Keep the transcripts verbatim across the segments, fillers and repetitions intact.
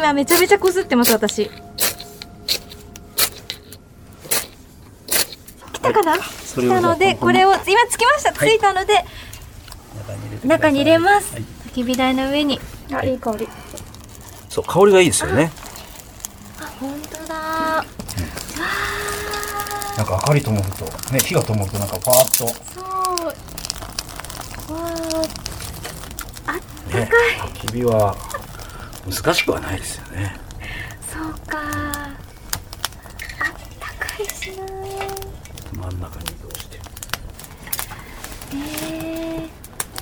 だ、めちゃめちゃこすってます私。来たかな、はい、来たのでこれを今つきました、ついたので、はい、中に入れます、はい、焚き火台の上に。あ、はい、いい香り。 そう、香りがいいですよね。 あ、本当だ、 なんか明かり灯るとね、火が灯るとなんかパーッと、 そう、わー、あったかい、ね、 焚き火は難しくはないですよね。 そうか、あったかいしな。 真ん中に移動して、 えー、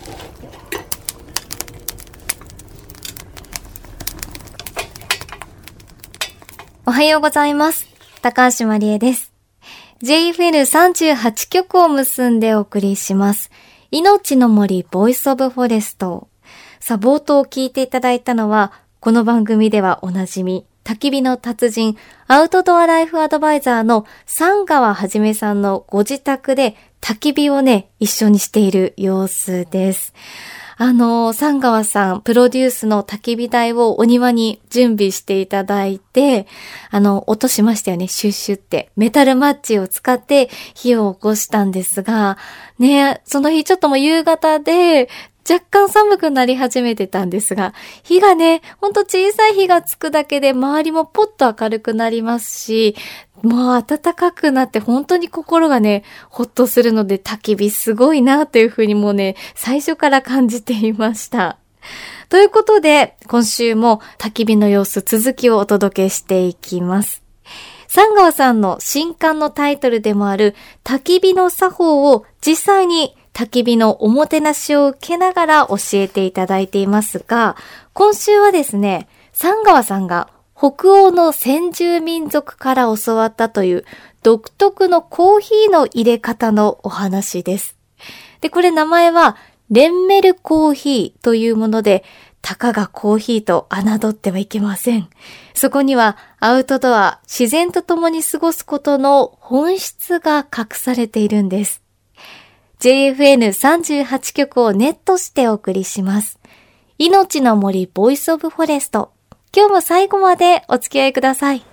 おはようございます。高橋まりえです。ジェイエフエヌさんじゅうはち 局を結んでお送りします。命の森ボイスオブフォレスト。さあ、冒頭聞いていただいたのは、この番組ではおなじみ、焚き火の達人、アウトドアライフアドバイザーの三川はじめさんのご自宅で焚き火をね、一緒にしている様子です。あの、三川さん、プロデュースの焚き火台をお庭に準備していただいて、あの、音しましたよね、シュッシュって。メタルマッチを使って火を起こしたんですが、ね、その日ちょっともう夕方で、若干寒くなり始めてたんですが、火がね、ほんと小さい火がつくだけで周りもポッと明るくなりますし、もう暖かくなって本当に心がね、ほっとするので、焚き火すごいなというふうにもうね、最初から感じていました。ということで、今週も焚き火の様子続きをお届けしていきます。三川さんの新刊のタイトルでもある焚き火の作法を実際に焚き火のおもてなしを受けながら教えていただいていますが、今週はですね、三川さんが北欧の先住民族から教わったという独特のコーヒーの入れ方のお話です。で、これ名前はレンメルコーヒーというもので、たかがコーヒーと侮ってはいけません。そこにはアウトドア、自然と共に過ごすことの本質が隠されているんです。ジェイエフエヌさんじゅうはち 局をネットしてお送りします。命の森ボイスオブフォレスト。今日も最後までお付き合いください。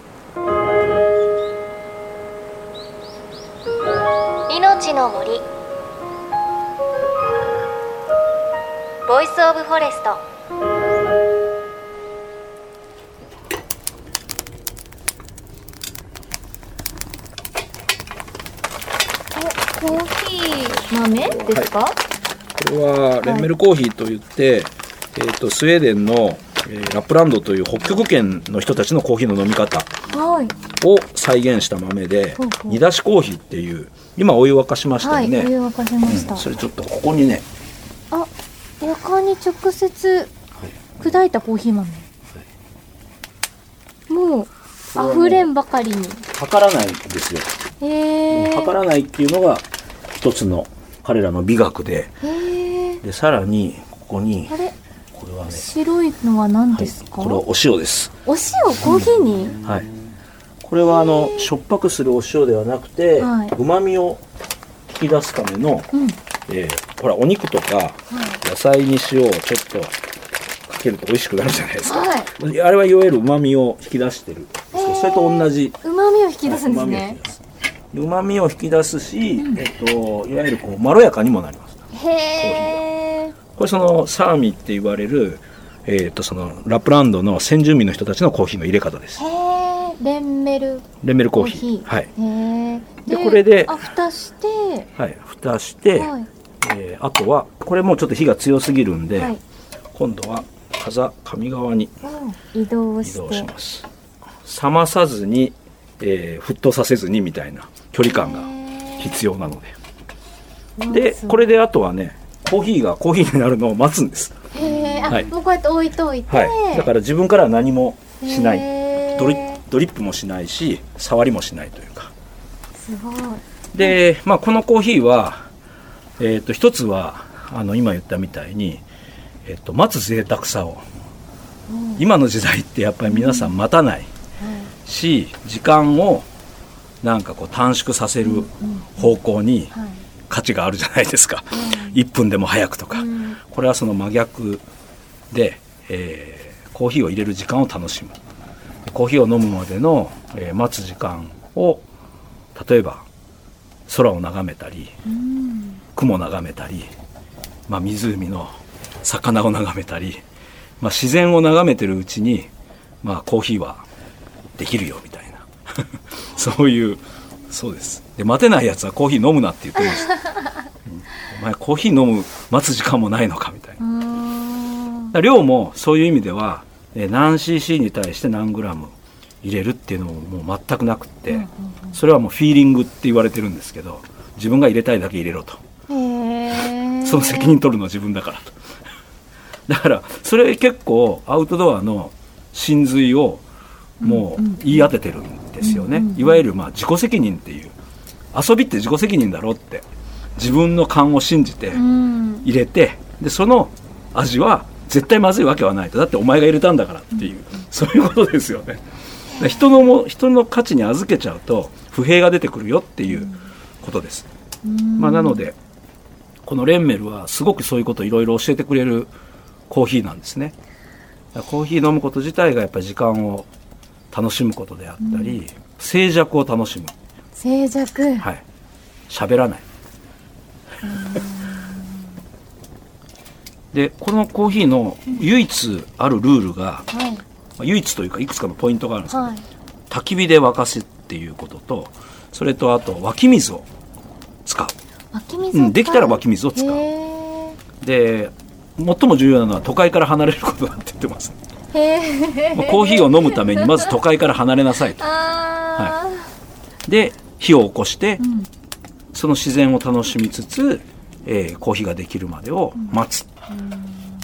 命の森ボイスオブフォレスト。コーヒー豆ですか？はい、 これはレンメルコーヒーといって、はい、えー、とスウェーデンの、えー、ラップランドという北極圏の人たちのコーヒーの飲み方を再現した豆で、はい、煮出しコーヒーっていう、今お湯沸かしましたよね。 はい、お湯沸かしました、うん、 それちょっとここにね、 あ、やかんに直接砕いたコーヒー豆、はい、もう溢れんばかりに測らないんですよ。 へー、 測らないっていうのが一つの彼らの美学で、でさらにここに、 あれ、 これはね、 白いのは何ですか？ はい、これはお塩です。 お塩、コーヒーに、 うん、はい。これはあのしょっぱくするお塩ではなくて、はい、旨味を引き出すための、うん、えー、ほらお肉とか、はい、野菜に塩をちょっとかけると美味しくなるじゃないですか、はい、あれはいわゆる旨味を引き出してるんですけど、それと同じ旨味を引き出すんですね。 旨味を引き出すし、うん、えっと、いわゆるこうまろやかにもなります。 へー。 これそのサーミって言われる、えっと、そのラップランドの先住民の人たちのコーヒーの入れ方です。 へー、レンメルレンメルコーヒー、はい。 へー。 でこれであ、蓋して、 はい、蓋して、はい、えー、あとはこれもうちょっと火が強すぎるんで、はい、今度は風上側に移動して移動します。冷まさずに、えー、沸騰させずにみたいな距離感が必要なので、でこれであとはね、コーヒーがコーヒーになるのを待つんです。 へー、はい、もうこうやって置いといて、 はい、だから自分からは何もしない、ドリ、ドリップもしないし触りもしないというか。 すごい。 で、まあ、このコーヒーは、えー、と一つはあの今言ったみたいに、えー、と待つ贅沢さを、うん、今の時代ってやっぱり皆さん待たない、うん、し、時間をなんかこう短縮させる方向に価値があるじゃないですか、うん、いっぷんでも早くとか、うん、これはその真逆で、えー、 コーヒーを入れる時間を楽しむ。コーヒーを飲むまでの、えー、待つ時間を例えば空を眺めたり、うん、雲を眺めたり、まあ、湖の魚を眺めたり、まあ、自然を眺めてるうちに、まあ、コーヒーはできるよみたいなそういうそうです。で待てないやつはコーヒー飲むなって言ってるんです、うん、お前コーヒー飲む待つ時間もないのかみたいな。量もそういう意味では何 シーシー に対して何グラム入れるっていうのももう全くなくって、うんうんうん、それはもうフィーリングって言われてるんですけど、自分が入れたいだけ入れろと、へその責任取るのは自分だからとだからそれ結構アウトドアの真髄をもう言い当ててるんですよね、うんうんうん、いわゆるまあ自己責任っていう、遊びって自己責任だろって、自分の勘を信じて入れて、でその味は絶対まずいわけはないと、だってお前が入れたんだからっていう、うん、そういうことですよね。人のも人の価値に預けちゃうと不平が出てくるよっていうことです、うん、まあ、なのでこのレンメルはすごくそういうことをいろいろ教えてくれるコーヒーなんですね。コーヒー飲むこと自体がやっぱり時間を楽しむことであったり、うん、静寂を楽しむ。 静寂、 はい、喋らないでこのコーヒーの唯一あるルールが、はい、まあ、唯一というかいくつかのポイントがあるんですけど、はい、焚き火で沸かすっていうことと、それとあと湧き水を使う。 湧き水を使う、 うん、できたら湧き水を使う。で最も重要なのは都会から離れることだって言ってます、ね、へまあ、コーヒーを飲むためにまず都会から離れなさいと、はい、で火を起こして、うん、その自然を楽しみつつ、えー、コーヒーができるまでを待つ、うん、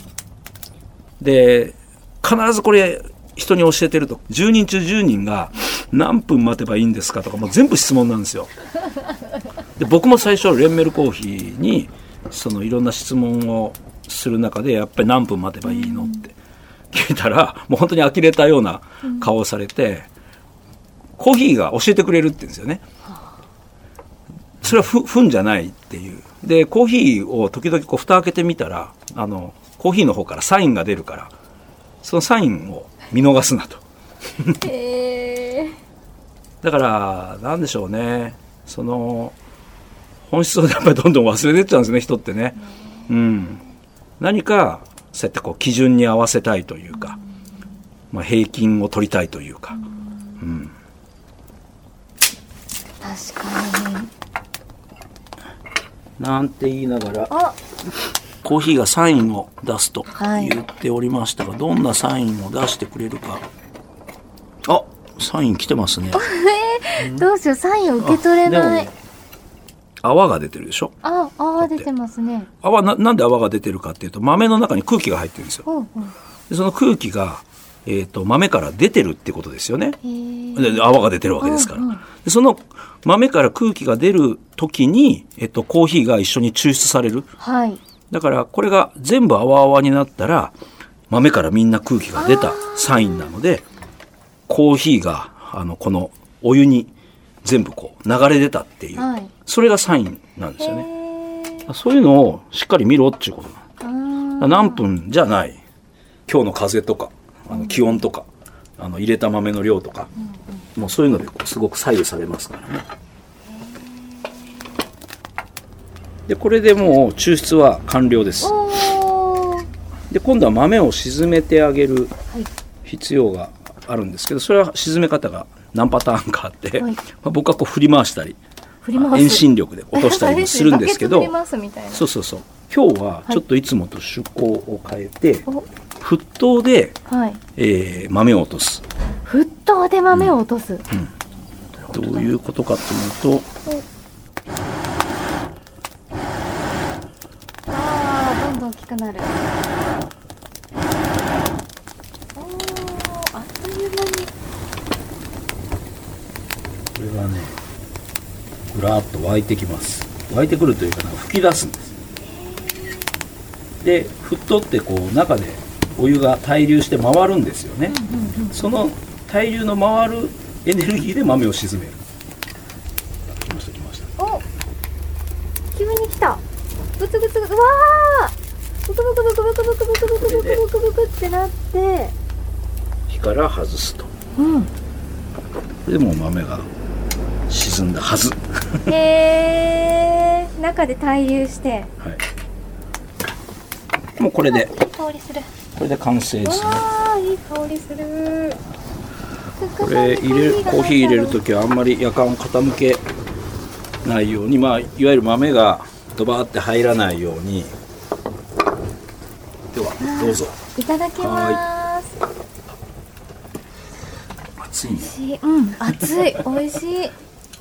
で必ずこれ人に教えてるとじゅうにん中じゅうにんが何分待てばいいんですかとかもう全部質問なんですよ。で僕も最初レンメルコーヒーにそのいろんな質問をする中でやっぱり何分待てばいいのって聞いたら、もう本当に呆れたような顔をされて、コーヒーが教えてくれるって言うんですよね。それはふふんじゃないっていう。でコーヒーを時々こう蓋開けてみたらあのコーヒーの方からサインが出るから、そのサインを見逃すなとへーだからなんでしょうね、その本質をやっぱりどんどん忘れてっちゃうんですね、人ってね。うん、何かそうやってこう基準に合わせたいというか、まあ、平均を取りたいというか、うん、 確かになんて言いながらコーヒーがサインを出すと言っておりましたが、はい、どんなサインを出してくれるか。あ、サイン来てますねえー、どうしよう、サインを受け取れない。 泡が出てるでしょ。 あ、泡出てますね。 泡 な, なんで泡が出てるかっていうと、豆の中に空気が入ってるんですよ。うんうん、でその空気が、えー、と豆から出てるってことですよね。で泡が出てるわけですから、うんうん、でその豆から空気が出る時に、えー、とコーヒーが一緒に抽出される、はい、だからこれが全部泡泡になったら豆からみんな空気が出たサインなので、コーヒーがあのこのお湯に全部こう流れ出たっていう、はい、それがサインなんですよね。そういうのをしっかり見ろっていうことなの。何分じゃない、今日の風とかあの気温とか、あの入れた豆の量とか、うんうん、もうそういうのでこうすごく左右されますからね。でこれでもう抽出は完了です。で今度は豆を沈めてあげる必要があるんですけど、それは沈め方が何パターンかあって、はい、まあ、僕はこう振り回したり遠心力で落としたりもするんですけどそうそうそう、今日はちょっといつもと趣向を変えて、はい、沸騰で、はい、えー、豆を落とす。 沸騰で豆を落とす、うんうん、どういうことかというと、 あーどんどん大きくなる。 これはね、ぐらーっと沸いてきます。沸いてくるというか、なんか吹き出すんです。で沸騰ってこう中でお湯が対流して回るんですよね、うんうんうん、その対流の回るエネルギーで豆を沈める。来ました来ました。 お、急に来た。グツグツグツ、うわー、ブクブクブクブクブクブクブクブクブクブクってなって、 火から外すと、 うん、 でもう豆が沈んだはず。 へー、中で対流して、 はい、もうこれで香りする。 これで完成ですね。 わー、いい香りする。 これ入れるコーヒー入れるときはあんまりやかんを傾けないように、まあ、いわゆる豆がドバーって入らないように。ではどうぞ。 いただきます。 熱いね。 うん、熱い。美味しい。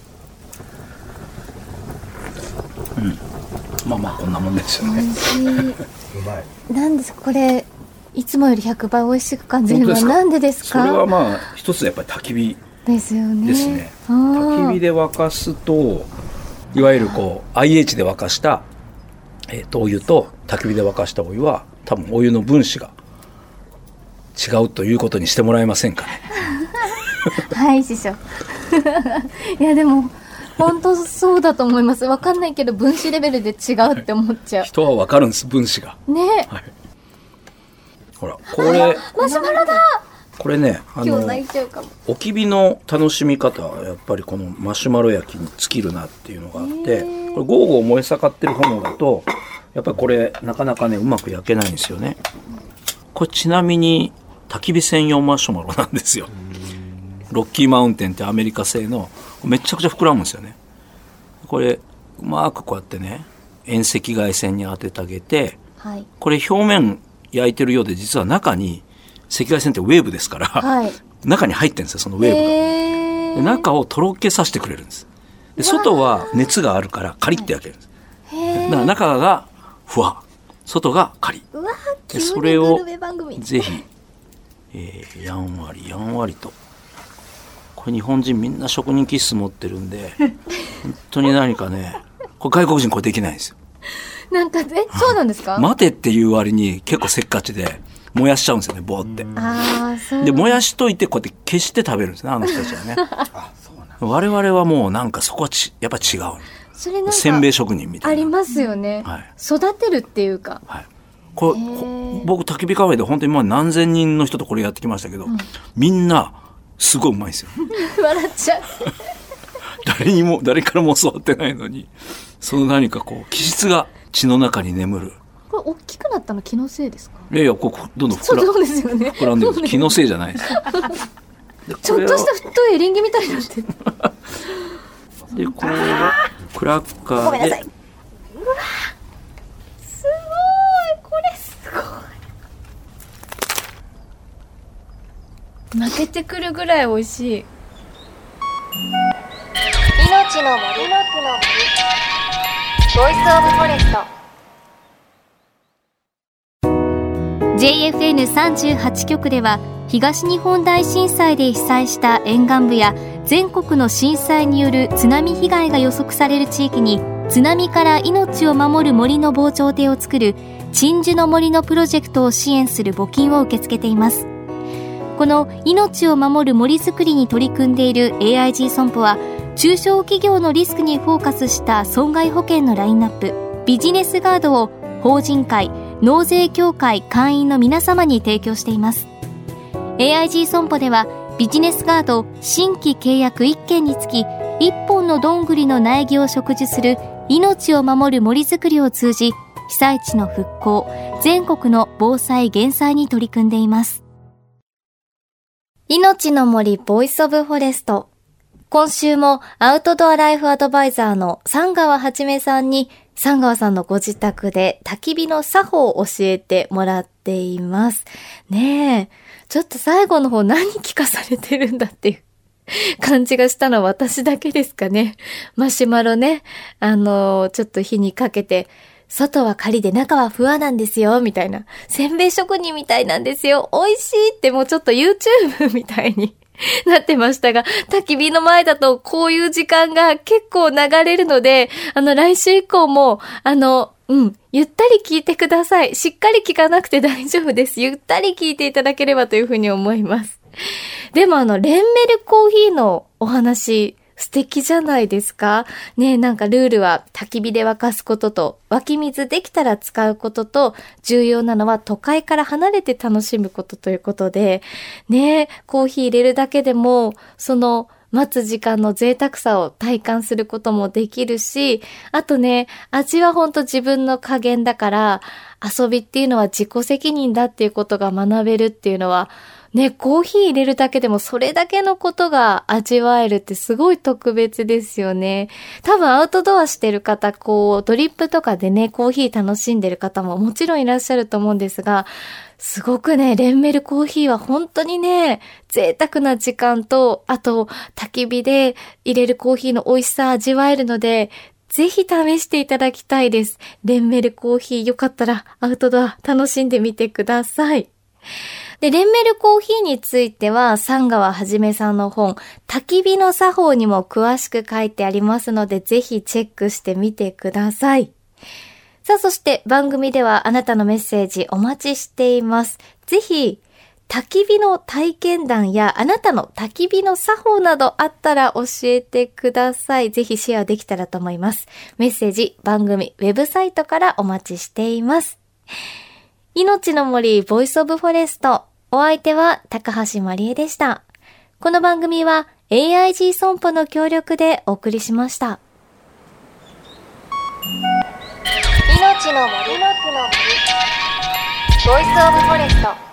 うん、まあまあこんなもんですよね。 美味しい。うまい。 なんですかこれ、いつもよりひゃくばい美味しく感じるのはなんでですか？ それはまあ一つやっぱり焚き火ですよね。 ですね。焚き火で沸かすと、いわゆるこう アイエイチ で沸かした、えー、とお湯と焚き火で沸かしたお湯は多分お湯の分子が違うということにしてもらえませんかね。 はい師匠。いやでも本当そうだと思います。わかんないけど分子レベルで違うって思っちゃう。 人はわかるんです、分子がね、 はい、ほらこれマシュマロだ。 これね、あのおき火の楽しみ方はやっぱりこのマシュマロ焼きに尽きるなっていうのがあって、これゴーゴー燃え盛ってる炎だとやっぱりこれなかなかねうまく焼けないんですよね。これちなみに焚き火専用マシュマロなんですよ。ロッキーマウンテンってアメリカ製のめちゃくちゃ膨らむんですよね。これうまくこうやってね遠赤外線に当ててあげて、はい、これ表面焼いてるようで実は中に赤外線ってウェーブですから、はい、中に入ってるんですよそのウェーブが。で中をとろけさせてくれるんです。で外は熱があるからカリッて焼けるんです。だから中がふわ外がカリッ。でそれをぜひ、えー、やんわりやんわりと。これ日本人みんな職人気質持ってるんで本当に何かねこれ外国人これできないんですよ。 なんかえそうなんですか？ 待てっていう割に結構せっかちで燃やしちゃうんですよねボーって。 あそうで燃やしといてこうやって消して食べるんですねあの人たちはね。あそうなん我々はもうなんかそこはちやっぱ違う。 それなんかせんべい職人みたいなありますよね、はい、育てるっていうか、 はい、これこ僕焚き火カフェで本当にもう何千人の人とこれやってきましたけど、うん、みんなすごいうまいですよ。 笑っちゃう。 誰にも誰からも教わってないのにその何かこう気質が血の中に眠る。 これ大きくなったの気のせいですか？ いやいやこうどんどん膨らそうですよね。 膨らんでる気のせいじゃないです。 ちょっとした太いエリンギみたいになってる。 でこれをクラッカーでごめんなさい。 うわすごいこれすごい泣けてくるぐらい美味しい。命の森の森ボイスオブフォレスト ジェイエフエヌさんじゅうはち 局では東日本大震災で被災した沿岸部や全国の震災による津波被害が予測される地域に津波から命を守る森の防潮堤を作る鎮守の森のプロジェクトを支援する募金を受け付けています。この命を守る森づくりに取り組んでいる エーアイジー 損保は中小企業のリスクにフォーカスした損害保険のラインナップビジネスガードを法人会、納税協会会員の皆様に提供しています。 エーアイジー 損保ではビジネスガード新規契約いっけんにつきいっぽんのどんぐりの苗木を植樹する命を守る森づくりを通じ被災地の復興、全国の防災減災に取り組んでいます。命の森ボイスオブフォレスト。今週もアウトドアライフアドバイザーの三川はじめさんに三川さんのご自宅で焚き火の作法を教えてもらっています。ねえ、ちょっと最後の方何聞かされてるんだっていう感じがしたのは私だけですかね。マシュマロね、あの、ちょっと火にかけて、外はカリで中はふわなんですよ、みたいな。せんべい職人みたいなんですよ。美味しいってもうちょっと YouTube みたいになってましたが、焚き火の前だとこういう時間が結構流れるので、あの来週以降も、あの、うん、ゆったり聞いてください。しっかり聞かなくて大丈夫です。ゆったり聞いていただければというふうに思います。でもあの、レンメルコーヒーのお話、 素敵じゃないですかね。え、なんかルールは焚き火で沸かすことと、湧き水できたら使うことと、重要なのは都会から離れて楽しむことということで、ねえ、コーヒー入れるだけでも、その待つ時間の贅沢さを体感することもできるし、あとね、味はほんと自分の加減だから、遊びっていうのは自己責任だっていうことが学べるっていうのは、ね、コーヒー入れるだけでもそれだけのことが味わえるってすごい特別ですよね。多分アウトドアしてる方、こう、ドリップとかでね、コーヒー楽しんでる方ももちろんいらっしゃると思うんですが、すごくね、レンメルコーヒーは本当にね、贅沢な時間と、あと、焚き火で入れるコーヒーの美味しさ味わえるので、ぜひ試していただきたいです。レンメルコーヒーよかったらアウトドア楽しんでみてください。で、レンメルコーヒーについては、三川はじめさんの本、焚き火の作法にも詳しく書いてありますので、ぜひチェックしてみてください。さあ、そして番組ではあなたのメッセージお待ちしています。ぜひ、焚き火の体験談やあなたの焚き火の作法などあったら教えてください。ぜひシェアできたらと思います。メッセージ、番組、ウェブサイトからお待ちしています。命の森ボイスオブフォレスト。お相手は高橋まりえでした。この番組は エーアイジー 損保の協力でお送りしました。命の森ボイスオブフォレスト。